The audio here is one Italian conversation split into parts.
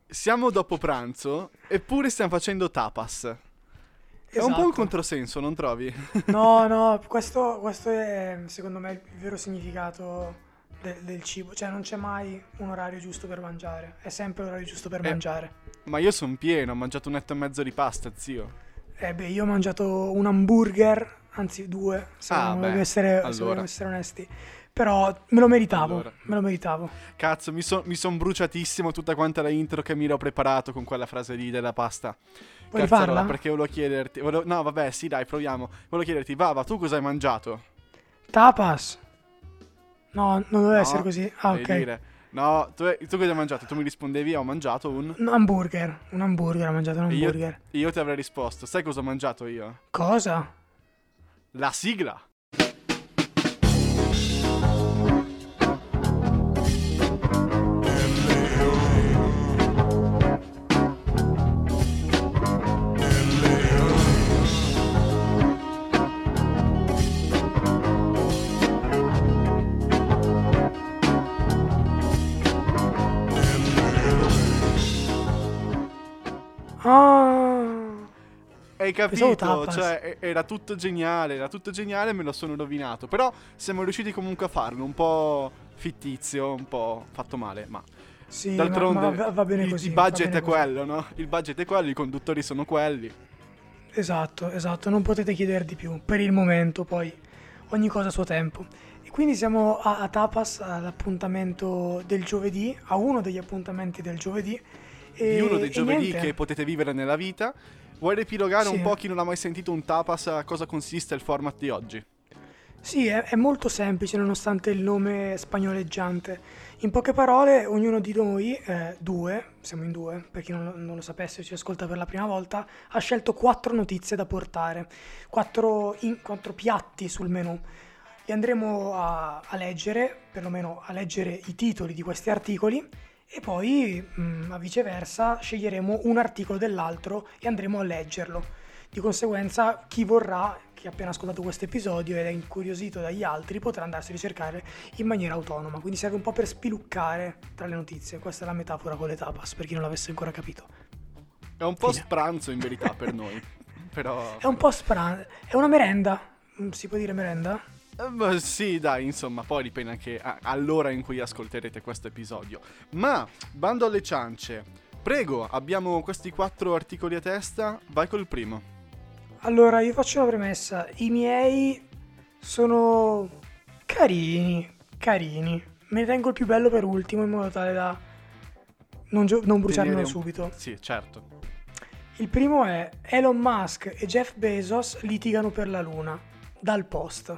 siamo dopo pranzo, eppure stiamo facendo tapas. È un po' un controsenso, non trovi? No, questo è secondo me il vero significato del cibo. Cioè non c'è mai un orario giusto per mangiare, è sempre l'orario giusto per mangiare. Ma io sono pieno, ho mangiato 1,5 di pasta, zio. Io ho mangiato un hamburger, anzi 2, se vogliamo essere onesti. Però me lo meritavo. Cazzo, mi son bruciatissimo tutta quanta la intro che mi ero preparato con quella frase lì della pasta. Vuoi farla? Perché volevo chiederti... No, vabbè, sì, dai, proviamo. Volevo chiederti, Vava, tu cosa hai mangiato? Tapas? No, non deve essere così. Ah, ok. Dire. No, tu cosa hai mangiato? Tu mi rispondevi, ho mangiato un hamburger. Un hamburger, ho mangiato un hamburger. Io ti avrei risposto, sai cosa ho mangiato io? Cosa? La sigla. Hai capito? Cioè, era tutto geniale, me lo sono rovinato. Però siamo riusciti comunque a farlo, un po' fittizio, un po' fatto male, ma... Sì, d'altronde ma va bene così. Il budget è quello, no? Il budget è quello, i conduttori sono quelli. Esatto, non potete chiedere di più, per il momento, poi ogni cosa a suo tempo. E quindi siamo a Tapas, all'appuntamento del giovedì, a uno degli appuntamenti del giovedì. Di uno dei giovedì che potete vivere nella vita. Vuoi riepilogare un po' chi non ha mai sentito un tapas a cosa consiste il format di oggi? Sì, è molto semplice nonostante il nome spagnoleggiante. In poche parole, ognuno di noi, siamo in due, per chi non lo sapesse, ci ascolta per la prima volta, ha scelto 4 notizie da portare, 4 piatti sul menù. Li andremo a leggere, perlomeno a leggere i titoli di questi articoli, e poi a viceversa sceglieremo un articolo dell'altro e andremo a leggerlo. Di conseguenza chi vorrà, chi ha appena ascoltato questo episodio ed è incuriosito dagli altri, potrà andarsi a ricercare in maniera autonoma, quindi serve un po' per spiluccare tra le notizie. Questa è la metafora con le tapas, per chi non l'avesse ancora capito. È un po' spranzo in verità per noi, però... È un po' spranzo, è una merenda, si può dire merenda? Sì, dai, insomma, poi dipende anche all'ora in cui ascolterete questo episodio. Ma, bando alle ciance, prego, abbiamo questi 4 articoli a testa, vai col primo. Allora, io faccio una premessa, i miei sono carini, me ne tengo il più bello per ultimo in modo tale da non bruciarmelo subito. Sì, certo. Il primo è Elon Musk e Jeff Bezos litigano per la Luna, dal Post.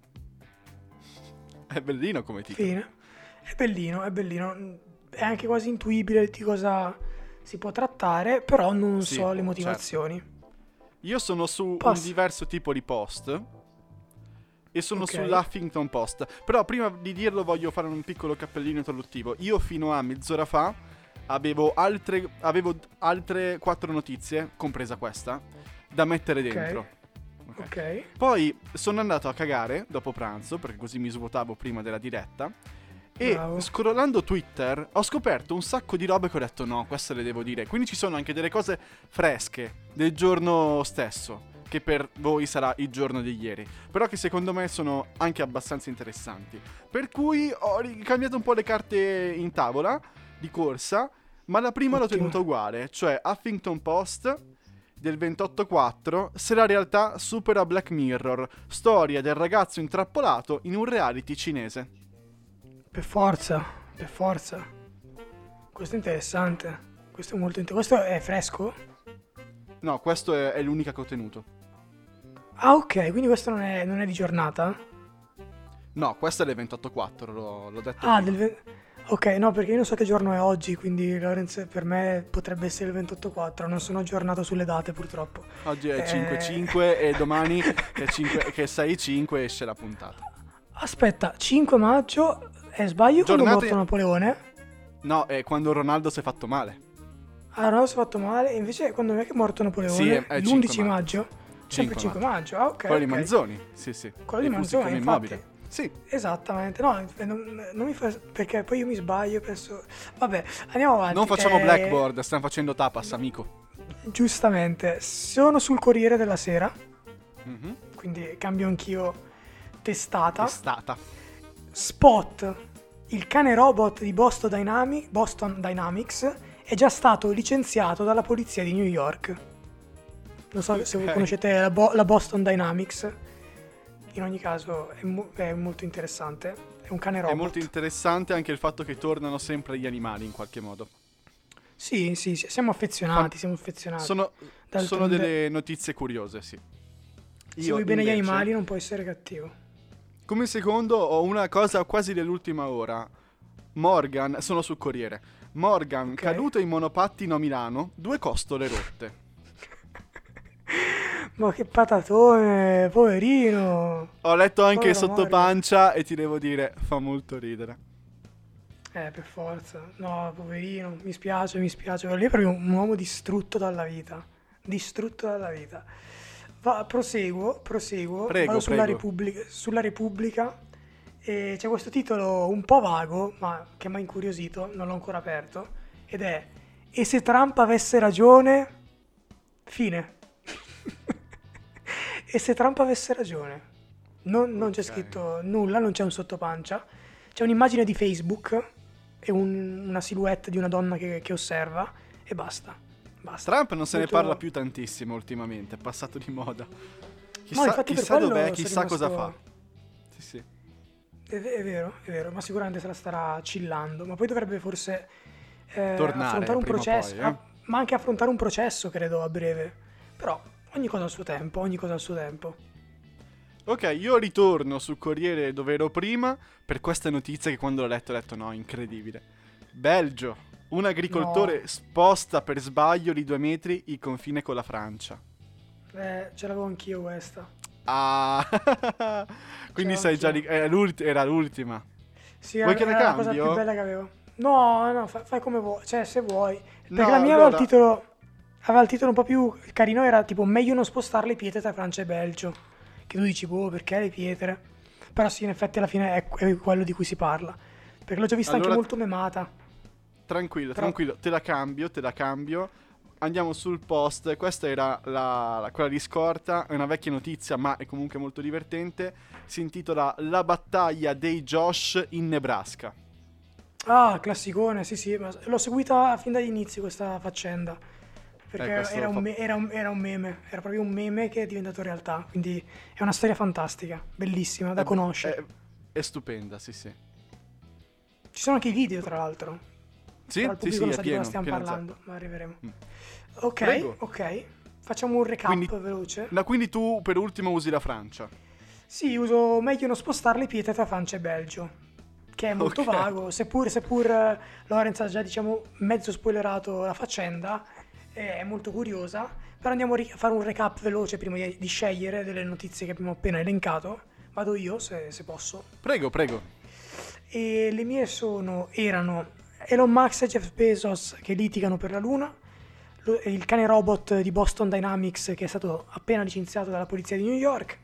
È bellino come titolo. Fine. È bellino. È anche quasi intuibile di cosa si può trattare, però non so le motivazioni. Certo. Io sono su un diverso tipo di post e sono sull'Huffington Post. Però prima di dirlo voglio fare un piccolo cappellino introduttivo. Io fino a mezz'ora fa avevo altre 4 notizie, compresa questa, da mettere dentro. Ok. Poi sono andato a cagare dopo pranzo, perché così mi svuotavo prima della diretta. E scrollando Twitter ho scoperto un sacco di robe che ho detto no, queste le devo dire. Quindi ci sono anche delle cose fresche del giorno stesso, che per voi sarà il giorno di ieri, però che secondo me sono anche abbastanza interessanti. Per cui ho cambiato un po' le carte in tavola di corsa, ma la prima l'ho tenuta uguale, cioè Huffington Post del 28/4, se la realtà supera Black Mirror, storia del ragazzo intrappolato in un reality cinese. Per forza. Questo è interessante. Questo è molto interessante. Questo è fresco? No, questo è l'unica che ho tenuto. Ah, ok, quindi questo non è di giornata? No, questo è del 28/4, l'ho detto. Ah, ok, no, perché io non so che giorno è oggi, quindi Lorenz per me potrebbe essere il 28/4, non sono aggiornato sulle date purtroppo. Oggi è 5/5 e domani che è 6/5 esce la puntata. Aspetta, 5 maggio, sbaglio quando è morto Napoleone? No, è quando Ronaldo si è fatto male. Ah, Ronaldo si è fatto male, invece quando è che è morto Napoleone? Sì, è l'11 maggio? Sempre 5 maggio, ah ok. Quello di Manzoni, sì. Quello di Manzoni, infatti. Sì. Esattamente, no, non mi fa, perché poi io mi sbaglio, penso, vabbè, andiamo avanti. Non facciamo blackboard, stiamo facendo tapas, amico. Giustamente, sono sul Corriere della Sera, Mhm. quindi cambio anch'io testata. È stata. Spot, il cane robot di Boston Dynamics è già stato licenziato dalla polizia di New York. Non so se voi conoscete la Boston Dynamics. In ogni caso è molto interessante. È un cane robot. È molto interessante anche il fatto che tornano sempre gli animali in qualche modo. Sì, siamo affezionati, Sono delle notizie curiose, sì. Se vuoi bene gli animali non puoi essere cattivo. Come secondo ho una cosa quasi dell'ultima ora. Morgan, sono sul Corriere. Morgan, Ok. caduto in monopattino a Milano, 2 costole rotte. Ma che patatone, poverino. Ho letto anche Povero sotto Morgan. pancia e ti devo dire, fa molto ridere. Per forza. No, poverino, mi spiace. Lui è proprio un uomo distrutto dalla vita. Proseguo. Prego, Vado sulla prego. Repubblica. E c'è questo titolo un po' vago, ma che mi ha incuriosito, non l'ho ancora aperto. Ed è: E se Trump avesse ragione? Fine. E se Trump avesse ragione? Non c'è scritto nulla, non c'è un sottopancia. C'è un'immagine di Facebook e una silhouette di una donna che osserva e basta. Trump non se ne Molto- parla più tantissimo ultimamente, è passato di moda. No, Chissà, infatti per chissà quello dov'è, sono chissà cosa rimasto- fa. Sì. È vero, ma sicuramente se la starà chillando. Ma poi dovrebbe forse Tornare affrontare un prima o processo, poi, ma anche affrontare un processo, credo, a breve. Però ogni cosa al suo tempo. Ok, io ritorno sul Corriere dove ero prima per questa notizia che quando l'ho letto ho detto no, incredibile. Belgio, un agricoltore No. sposta per sbaglio di 2 metri il confine con la Francia. Ce l'avevo anch'io questa. Ah, quindi sai già di... era l'ultima. Sì, Vuoi che la era la cosa cambio? più bella che avevo. No, fai come vuoi, cioè se vuoi. Perché No, la mia allora- aveva il titolo un po' più carino, era tipo meglio non spostare le pietre tra Francia e Belgio. Che tu dici, boh, perché le pietre? Però sì, in effetti alla fine è quello di cui si parla. Perché l'ho già vista anche Allora- molto memata. Tranquillo, Però- tranquillo, te la cambio. Andiamo sul post, questa era quella di scorta, è una vecchia notizia ma è comunque molto divertente, si intitola La battaglia dei Josh in Nebraska. Ah, classicone, sì, ma l'ho seguita fin dagli inizi questa faccenda. Perché Questo era fa- un meme, era proprio un meme che è diventato realtà. Quindi è una storia fantastica, bellissima, da È- conoscere. È stupenda, sì. Ci sono anche i video, tra l'altro. Sì, Però il sì, pubblico sì, non è sa di cosa pieno, stiamo pieno parlando, ma arriveremo. Mm. Ok, Prego. facciamo un recap Quindi- veloce. Quindi tu per ultimo usi la Francia. Sì, uso meglio non spostare le pietre tra Francia e Belgio, che è molto Ok. vago, seppur Lorenz ha già, diciamo, mezzo spoilerato la faccenda, è molto curiosa, però andiamo a fare un recap veloce prima di scegliere delle notizie che abbiamo appena elencato. Vado io, se posso. Prego. E le mie erano Elon Musk e Jeff Bezos che litigano per la Luna, il cane robot di Boston Dynamics che è stato appena licenziato dalla polizia di New York.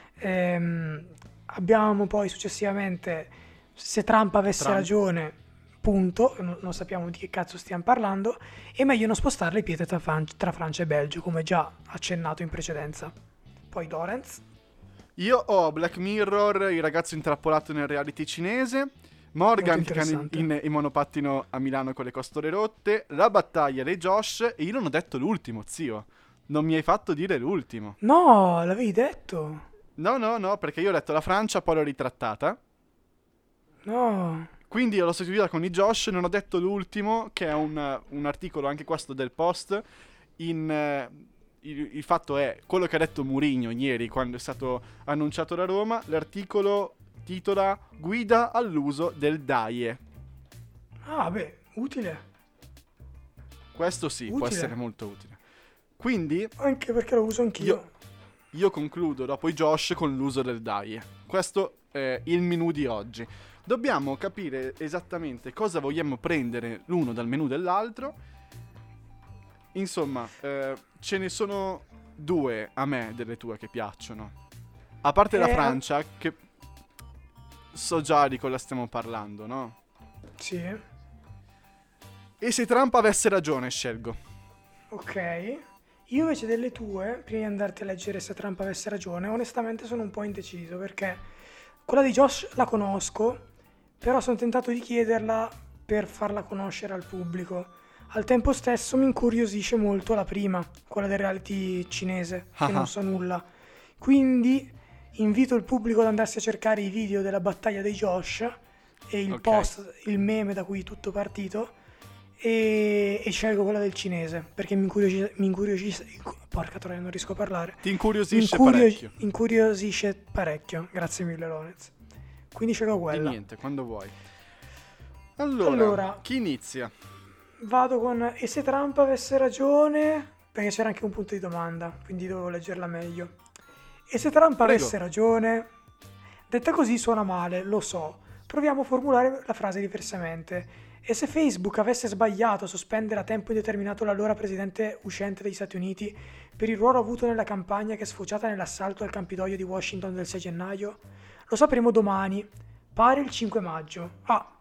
Abbiamo poi successivamente se Trump avesse Trump. ragione, punto, non sappiamo di che cazzo stiamo parlando, e meglio non spostare le pietre tra Francia e Belgio, come già accennato in precedenza. Poi Lorenz. Io ho Black Mirror, il ragazzo intrappolato nel reality cinese, Morgan Molto che cade interessante. in monopattino a Milano con le costole rotte, la battaglia dei Josh e io non ho detto l'ultimo, zio. Non mi hai fatto dire l'ultimo. No, l'avevi detto. No, perché io ho detto la Francia, poi l'ho ritrattata. No. Quindi l'ho sostituita con i Josh, non ho detto l'ultimo, che è un articolo anche questo del Post. Il fatto è quello che ha detto Mourinho ieri quando è stato annunciato da Roma. L'articolo titola Guida all'uso del DAIE. Ah, beh, utile. Questo sì, può Utile. essere molto utile. Quindi Anche perché lo uso anch'io. io concludo dopo i Josh con l'uso del DAIE. Questo è il menù di oggi. Dobbiamo capire esattamente cosa vogliamo prendere l'uno dal menù dell'altro. Insomma, ce ne sono 2 a me delle tue che piacciono. A parte la Eh, Francia, che... so già di cosa stiamo parlando, no? Sì. E se Trump avesse ragione, scelgo. Ok. Io invece delle tue, prima di andarti a leggere se Trump avesse ragione, onestamente sono un po' indeciso perché quella di Josh la conosco, però sono tentato di chiederla per farla conoscere al pubblico. Al tempo stesso mi incuriosisce molto la prima, quella del reality cinese, che non so nulla. Quindi invito il pubblico ad andarsi a cercare i video della battaglia dei Josh e il post, il meme da cui tutto partito, e scelgo quella del cinese perché mi incuriosisce porca troia, non riesco a parlare. Ti incuriosisce parecchio. Incuriosisce parecchio, grazie mille Lorenz. Quindi scelgo quella. E niente, quando vuoi. Allora, chi inizia? Vado con e se Trump avesse ragione, perché c'era anche un punto di domanda, quindi dovevo leggerla meglio. E se Trump avesse ragione? Detta così suona male, lo so. Proviamo a formulare la frase diversamente. E se Facebook avesse sbagliato a sospendere a tempo indeterminato l'allora presidente uscente degli Stati Uniti per il ruolo avuto nella campagna che è sfociata nell'assalto al Campidoglio di Washington del 6 gennaio? Lo sapremo domani, pare il 5 maggio.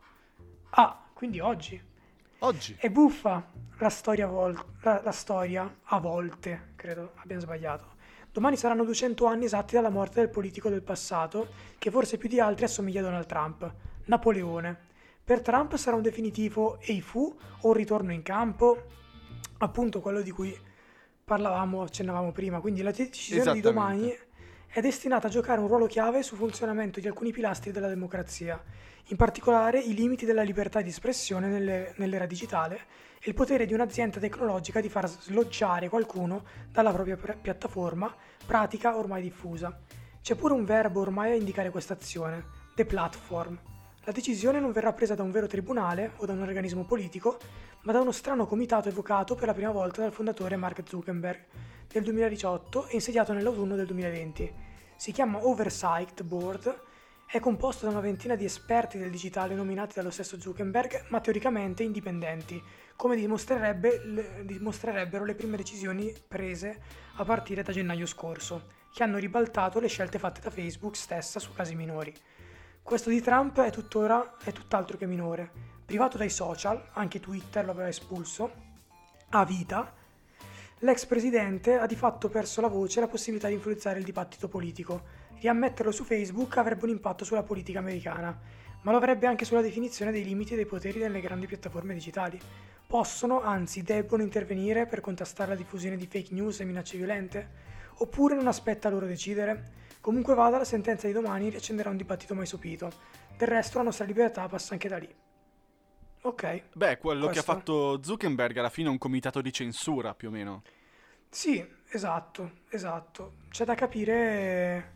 Quindi oggi. Oggi. È buffa la storia, la storia, a volte, credo abbiamo sbagliato. Domani saranno 200 anni esatti dalla morte del politico del passato, che forse più di altri assomiglia a Donald Trump, Napoleone. Per Trump sarà un definitivo ei fu o un ritorno in campo? Appunto quello di cui accennavamo prima, quindi la decisione di domani è destinata a giocare un ruolo chiave sul funzionamento di alcuni pilastri della democrazia, in particolare i limiti della libertà di espressione nell'era digitale e il potere di un'azienda tecnologica di far sloggiare qualcuno dalla propria piattaforma, pratica ormai diffusa. C'è pure un verbo ormai a indicare questa azione, deplatform. La decisione non verrà presa da un vero tribunale o da un organismo politico, ma da uno strano comitato evocato per la prima volta dal fondatore Mark Zuckerberg nel 2018 e insediato nell'autunno del 2020. Si chiama Oversight Board, è composto da una ventina di esperti del digitale nominati dallo stesso Zuckerberg, ma teoricamente indipendenti, come dimostrerebbero le prime decisioni prese a partire da gennaio scorso, che hanno ribaltato le scelte fatte da Facebook stessa su casi minori. Questo di Trump è tutt'altro che minore. Privato dai social, anche Twitter lo aveva espulso, a vita, l'ex presidente ha di fatto perso la voce e la possibilità di influenzare il dibattito politico. Riammetterlo su Facebook avrebbe un impatto sulla politica americana, ma lo avrebbe anche sulla definizione dei limiti dei poteri delle grandi piattaforme digitali. Possono, anzi debbono intervenire per contrastare la diffusione di fake news e minacce violente? Oppure non aspetta loro decidere? Comunque vada, la sentenza di domani riaccenderà un dibattito mai sopito. Del resto la nostra libertà passa anche da lì. Ok. Beh, quello che ha fatto Zuckerberg alla fine è un comitato di censura, più o meno. Sì, esatto. C'è da capire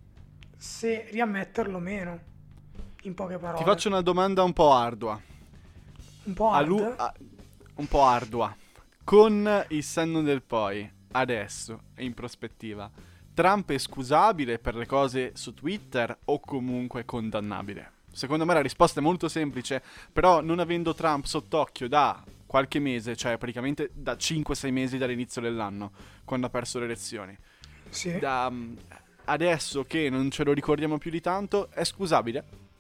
se riammetterlo o meno, in poche parole. Ti faccio una domanda un po' ardua. Un po' un po' ardua. Con il senno del poi, adesso e in prospettiva, Trump è scusabile per le cose su Twitter o comunque condannabile? Secondo me la risposta è molto semplice, però non avendo Trump sott'occhio da qualche mese, cioè praticamente da 5-6 mesi dall'inizio dell'anno, quando ha perso le elezioni, sì. Da adesso che non ce lo ricordiamo più di tanto, è scusabile?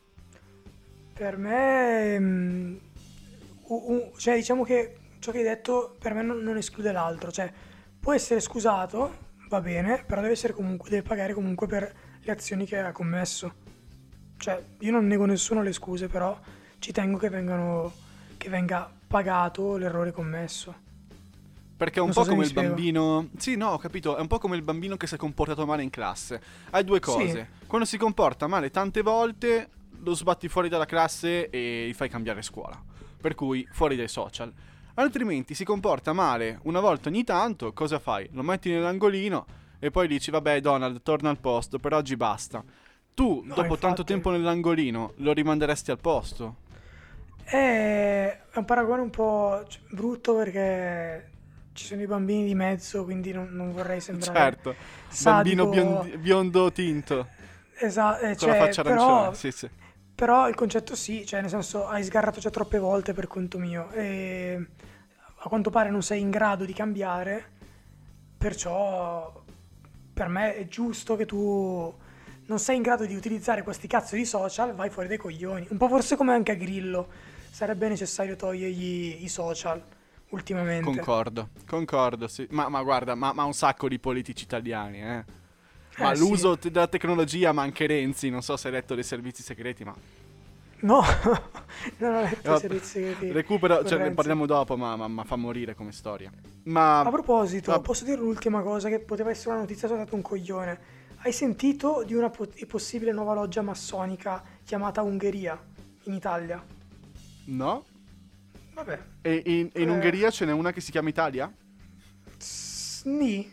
Per me, cioè diciamo che ciò che hai detto per me non esclude l'altro, cioè può essere scusato, va bene, però deve pagare comunque per le azioni che ha commesso. Cioè, io non nego nessuno le scuse, però ci tengo che venga pagato l'errore commesso. Perché è un po' come il bambino. Sì, no, ho capito. È un po' come il bambino che si è comportato male in classe. Hai due cose. Sì. Quando si comporta male tante volte, lo sbatti fuori dalla classe e gli fai cambiare scuola. Per cui fuori dai social. Altrimenti si comporta male una volta ogni tanto, cosa fai? Lo metti nell'angolino e poi dici vabbè Donald, torna al posto, per oggi basta. Tu, dopo tanto tempo nell'angolino, lo rimanderesti al posto? È un paragone un po' brutto perché ci sono i bambini di mezzo, quindi non vorrei sembrare certo, sadico. Bambino biondo tinto. Esatto, con la faccia arancione, sì. Però il concetto sì, cioè nel senso hai sgarrato già troppe volte per conto mio e a quanto pare non sei in grado di cambiare, perciò per me è giusto che tu non sei in grado di utilizzare questi cazzo di social, vai fuori dai coglioni. Un po' forse come anche a Grillo, sarebbe necessario togliergli i social ultimamente. Concordo, sì. Ma guarda, ma un sacco di politici italiani, Ma Sì. l'uso della tecnologia, ma anche Renzi, non so se hai letto dei servizi segreti, ma... No, non ho letto i Vabbè, servizi segreti. recupero, con cioè ne Renzi. parliamo dopo, ma fa morire come storia. Ma... A proposito, va- posso dire l'ultima cosa che poteva essere una notizia, sono dato un coglione. Hai sentito di una possibile nuova loggia massonica chiamata Ungheria in Italia? No? Vabbè. E in Ungheria ce n'è una che si chiama Italia? Sni.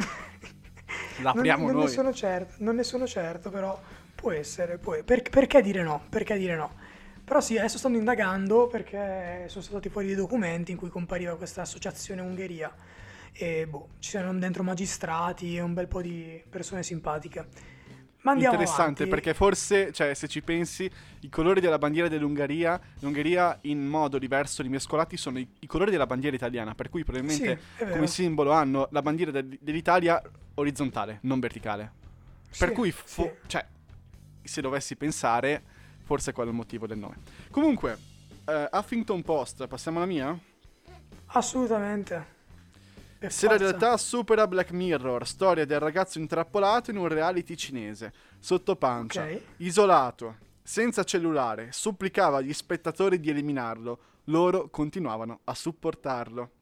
La apriamo non noi. Non ne sono certo, però può essere. Perché dire no? Perché dire no? Però sì, adesso stanno indagando perché sono stati fuori dei documenti in cui compariva questa associazione Ungheria e ci sono dentro magistrati e un bel po' di persone simpatiche. Ma andiamo Interessante, avanti. perché forse, cioè, se ci pensi, i colori della bandiera dell'Ungheria, l'Ungheria in modo diverso rimescolati sono i colori della bandiera italiana, per cui probabilmente Sì, è vero. come simbolo hanno la bandiera dell'Italia orizzontale, non verticale. Per Sì, cui, sì. cioè, se dovessi pensare, forse quello è il motivo del nome. Comunque, Huffington Post, passiamo alla mia? Assolutamente. Per Se la forza. realtà supera Black Mirror, storia del ragazzo intrappolato in un reality cinese, sotto pancia, Ok. isolato, senza cellulare, supplicava agli spettatori di eliminarlo. Loro continuavano a supportarlo.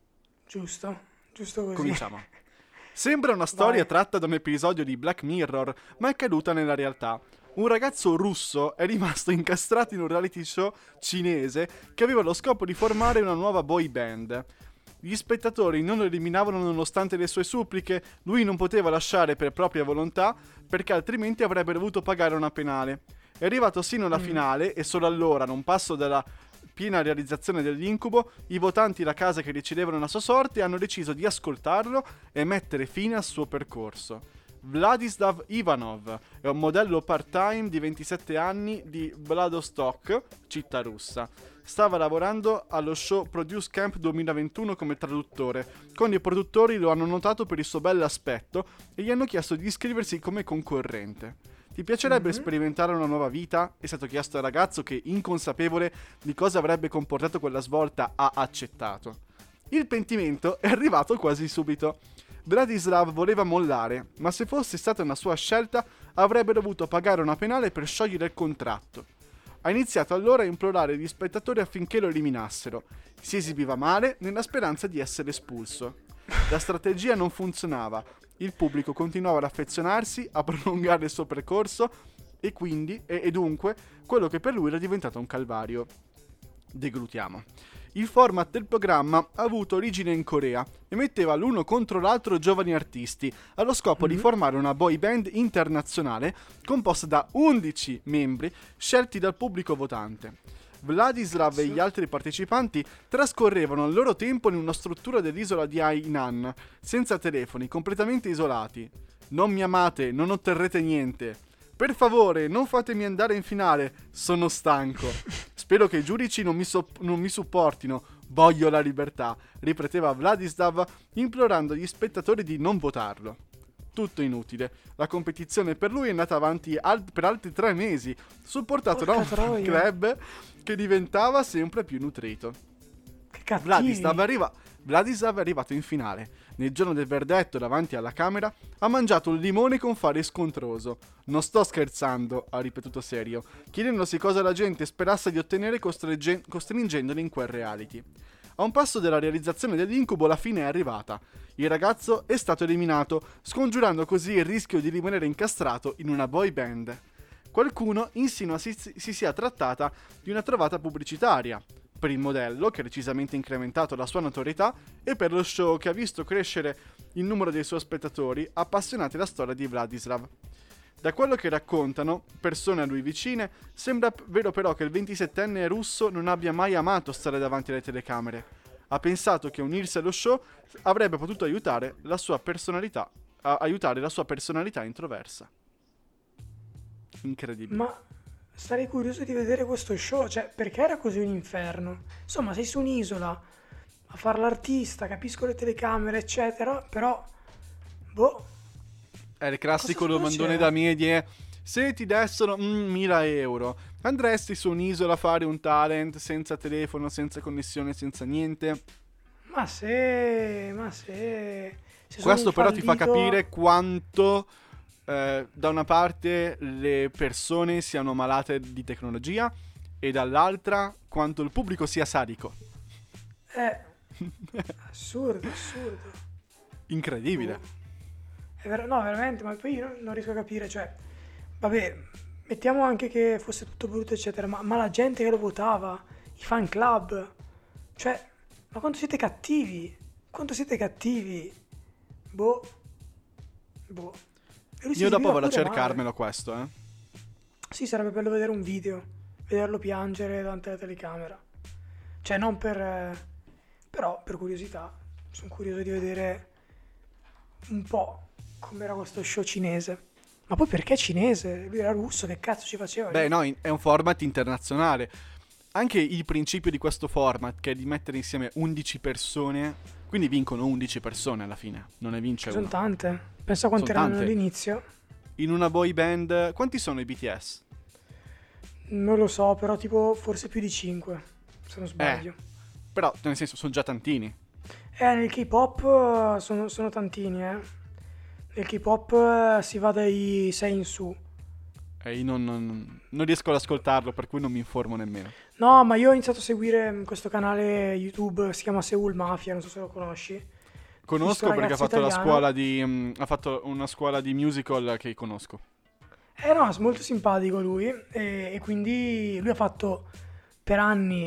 Giusto così. Cominciamo. Sembra una storia Vai. tratta da un episodio di Black Mirror, ma è caduta nella realtà. Un ragazzo russo è rimasto incastrato in un reality show cinese che aveva lo scopo di formare una nuova boy band. Gli spettatori non lo eliminavano nonostante le sue suppliche, lui non poteva lasciare per propria volontà perché altrimenti avrebbe dovuto pagare una penale. È arrivato sino alla finale e solo allora, non passo dalla piena realizzazione dell'incubo, i votanti la casa che decidevano la sua sorte hanno deciso di ascoltarlo e mettere fine al suo percorso. Vladislav Ivanov è un modello part-time di 27 anni di Vladostok, città russa. Stava lavorando allo show Produce Camp 2021 come traduttore, quando i produttori lo hanno notato per il suo bell'aspetto e gli hanno chiesto di iscriversi come concorrente. Ti piacerebbe sperimentare una nuova vita? È stato chiesto al ragazzo che, inconsapevole di cosa avrebbe comportato quella svolta, ha accettato. Il pentimento è arrivato quasi subito. Vladislav voleva mollare, ma se fosse stata una sua scelta avrebbe dovuto pagare una penale per sciogliere il contratto. Ha iniziato allora a implorare gli spettatori affinché lo eliminassero. Si esibiva male nella speranza di essere espulso. La strategia non funzionava. Il pubblico continuava ad affezionarsi, a prolungare il suo percorso e dunque quello che per lui era diventato un calvario. Deglutiamo. Il format del programma ha avuto origine in Corea e metteva l'uno contro l'altro giovani artisti, allo scopo di formare una boy band internazionale composta da 11 membri scelti dal pubblico votante. Vladislav e gli altri partecipanti trascorrevano il loro tempo in una struttura dell'isola di Hainan, senza telefoni, completamente isolati. Non mi amate, non otterrete niente. Per favore, non fatemi andare in finale, sono stanco. Spero che i giudici non mi supportino, voglio la libertà, ripeteva Vladislav implorando agli spettatori di non votarlo. Tutto inutile. La competizione per lui è andata avanti per altri 3 mesi, supportato da un Porca fan troia. club che diventava sempre più nutrito. Che cattivi. Vladislav è arrivato in finale. Nel giorno del verdetto, davanti alla camera, ha mangiato un limone con fare scontroso. Non sto scherzando, ha ripetuto serio, chiedendosi cosa la gente sperasse di ottenere costringendoli in quel reality. A un passo dalla realizzazione dell'incubo, la fine è arrivata. Il ragazzo è stato eliminato, scongiurando così il rischio di rimanere incastrato in una boy band. Qualcuno insinua si sia trattata di una trovata pubblicitaria, per il modello che ha decisamente incrementato la sua notorietà e per lo show che ha visto crescere il numero dei suoi spettatori appassionati alla storia di Vladislav. Da quello che raccontano persone a lui vicine, sembra vero però che il 27enne russo non abbia mai amato stare davanti alle telecamere. Ha pensato che unirsi allo show avrebbe potuto aiutare la sua personalità introversa. Incredibile. Ma sarei curioso di vedere questo show, cioè perché era così un inferno? Insomma, sei su un'isola a far l'artista, capisco le telecamere, eccetera, però boh. È il classico domandone da medie. Se ti dessero 1000 euro, andresti su un'isola a fare un talent senza telefono, senza connessione, senza niente? Ma se Questo però ti fa capire quanto da una parte le persone siano malate di tecnologia e dall'altra quanto il pubblico sia sadico. Assurdo. Incredibile. No, veramente, ma poi io non riesco a capire, cioè, vabbè, mettiamo anche che fosse tutto brutto, eccetera, ma la gente che lo votava, i fan club, cioè, ma quanto siete cattivi? Boh. E lui si Io dopo esibiva vado a pure cercarmelo male. questo, Sì, sarebbe bello vedere un video, vederlo piangere davanti alla telecamera. Cioè, non per... però per curiosità. Sono curioso di vedere un po' com'era questo show cinese. Ma poi perché cinese? Lui era russo, che cazzo ci faceva? Beh, no, è un format internazionale. Anche il principio di questo format, che è di mettere insieme 11 persone, quindi vincono 11 persone alla fine, non ne vince Sono uno. tante. Pensa quante Sono erano tante. all'inizio. In una boy band, quanti sono i BTS? Non lo so, però tipo forse più di 5, se non sbaglio. Però, nel senso, sono già tantini. Nel K-pop sono tantini, Nel K-pop si va dai 6 in su. E io non riesco ad ascoltarlo, per cui non mi informo nemmeno. No, ma io ho iniziato a seguire questo canale YouTube, si chiama Seoul Mafia, non so se lo conosci. Conosco Questo perché ha fatto ragazzo la scuola di... ha fatto una scuola di musical che conosco. No, è molto simpatico lui e quindi lui ha fatto per anni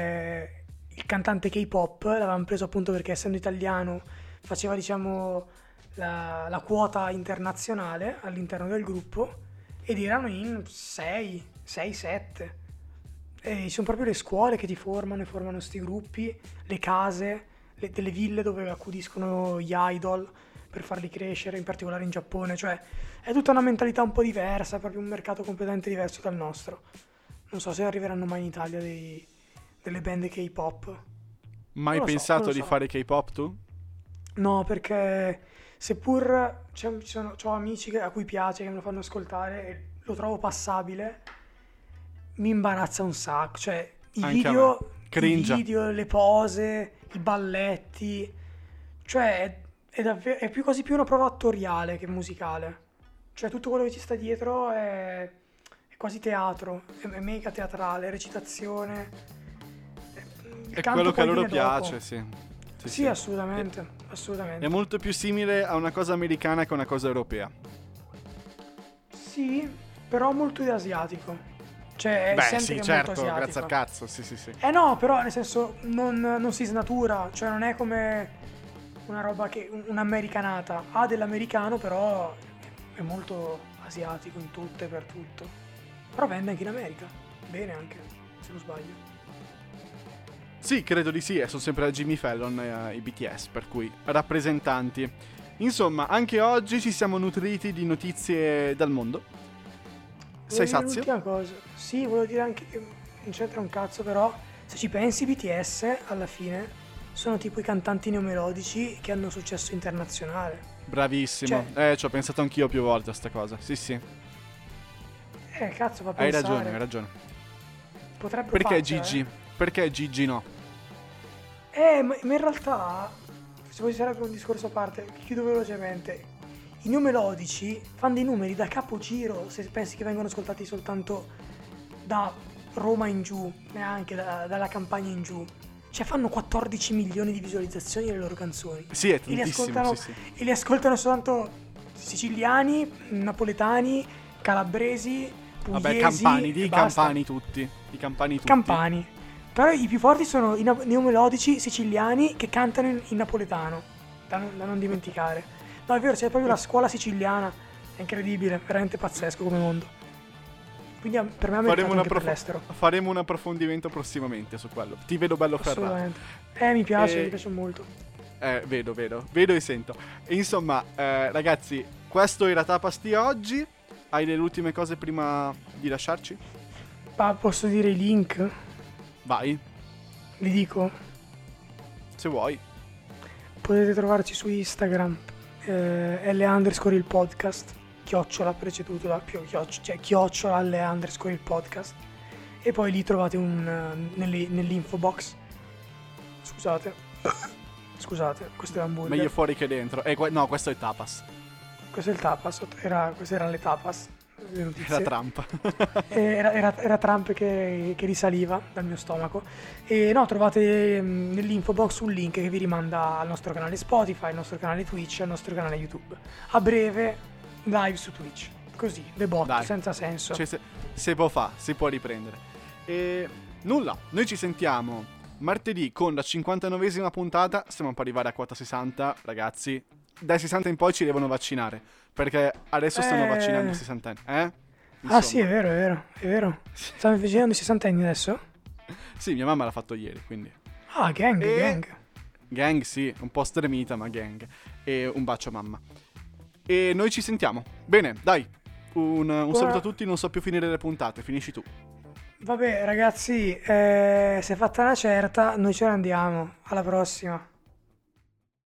il cantante K-pop, l'avevamo preso appunto perché essendo italiano faceva diciamo la quota internazionale all'interno del gruppo ed erano in 6, 7 e ci sono proprio le scuole che ti formano e formano sti gruppi, le case, delle ville dove accudiscono gli idol per farli crescere, in particolare in Giappone, cioè è tutta una mentalità un po' diversa, proprio un mercato completamente diverso dal nostro. Non so se arriveranno mai in Italia delle band K-pop. Mai Non lo so, pensato non lo di so. fare K-pop tu? No, perché seppur ho amici a cui piace, che me lo fanno ascoltare e lo trovo passabile, mi imbarazza un sacco. Cioè, Anche a me. Cringe. le pose, i balletti. Cioè, è più quasi più una prova attoriale che musicale. Cioè, tutto quello che ci sta dietro è quasi teatro, è mega teatrale, recitazione. Il È canto quello che a poi loro viene dopo. piace, sì. Sì, assolutamente, assolutamente. È molto più simile a una cosa americana che a una cosa europea. Sì, però molto asiatico. Cioè, Beh, senti sì, che è certo, molto asiatico. grazie al cazzo, sì. No, però nel senso non si snatura, cioè non è come una roba che un'americanata. Ha dell'americano, però è molto asiatico in tutto e per tutto. Però vende anche in America. Bene anche, se non sbaglio. Sì, credo di sì, sono sempre a Jimmy Fallon i BTS, per cui rappresentanti. Insomma, anche oggi ci siamo nutriti di notizie dal mondo. Sei sazio? L'ultima cosa. Sì, volevo dire anche che non c'entra un cazzo, però se ci pensi, i BTS alla fine sono tipo i cantanti neomelodici che hanno successo internazionale. Bravissimo. Ci ho pensato anch'io più volte a sta cosa. Sì. Cazzo, fa Hai pensare. ragione. Potrebbero Perché farcela, Gigi? Perché Gigi no? Ma in realtà, se poi sarebbe un discorso a parte, chiudo velocemente. I neomelodici fanno dei numeri da capogiro, se pensi che vengono ascoltati soltanto da Roma in giù, neanche dalla campagna in giù. Cioè fanno 14 milioni di visualizzazioni le loro canzoni. Sì, è tantissimo, sì. E li ascoltano soltanto siciliani, napoletani, calabresi, pugliesi. Vabbè, campani, e basta. campani tutti. I campani tutti. Campani. Però i più forti sono i neomelodici siciliani che cantano in napoletano, da non dimenticare. No, è vero, c'è proprio la scuola siciliana, è incredibile, veramente pazzesco come mondo. Quindi per me è meritato anche per l'estero. Faremo un approfondimento prossimamente su quello. Ti vedo bello ferrato. Assolutamente. Mi piace molto. Vedo e sento. E insomma, ragazzi, questo era Tapas di oggi. Hai delle ultime cose prima di lasciarci? Posso dire i link? Vai, Li dico. se vuoi. Potete trovarci su Instagram L_ il podcast, chiocciola preceduto da chiocciola L_ il podcast, e poi lì trovate nell'info box. Scusate, questo è hamburger. Meglio fuori che dentro. No, questo è tapas. Questo è il tapas, queste erano le tapas, le notizie. Era Trump. Era Trump che risaliva dal mio stomaco. E no, trovate nell'info box un link che vi rimanda al nostro canale Spotify, al nostro canale Twitch e al nostro canale YouTube. A breve live su Twitch, così, debotto, senza senso. Cioè, si può riprendere. E nulla, noi ci sentiamo martedì con la 59esima puntata. Stiamo per arrivare a quota 60, ragazzi. Dai 60 in poi ci devono vaccinare, perché adesso stanno vaccinando i 60 anni. Ah sì, è vero. Stanno facendo i 60 anni adesso? Sì, mia mamma l'ha fatto ieri, quindi. Ah, gang. Gang, sì, un po' stremita, ma gang. E un bacio mamma. E noi ci sentiamo. Bene, dai. Un saluto a tutti, non so più finire le puntate, finisci tu. Vabbè ragazzi, si è fatta una certa, noi ce ne andiamo, alla prossima.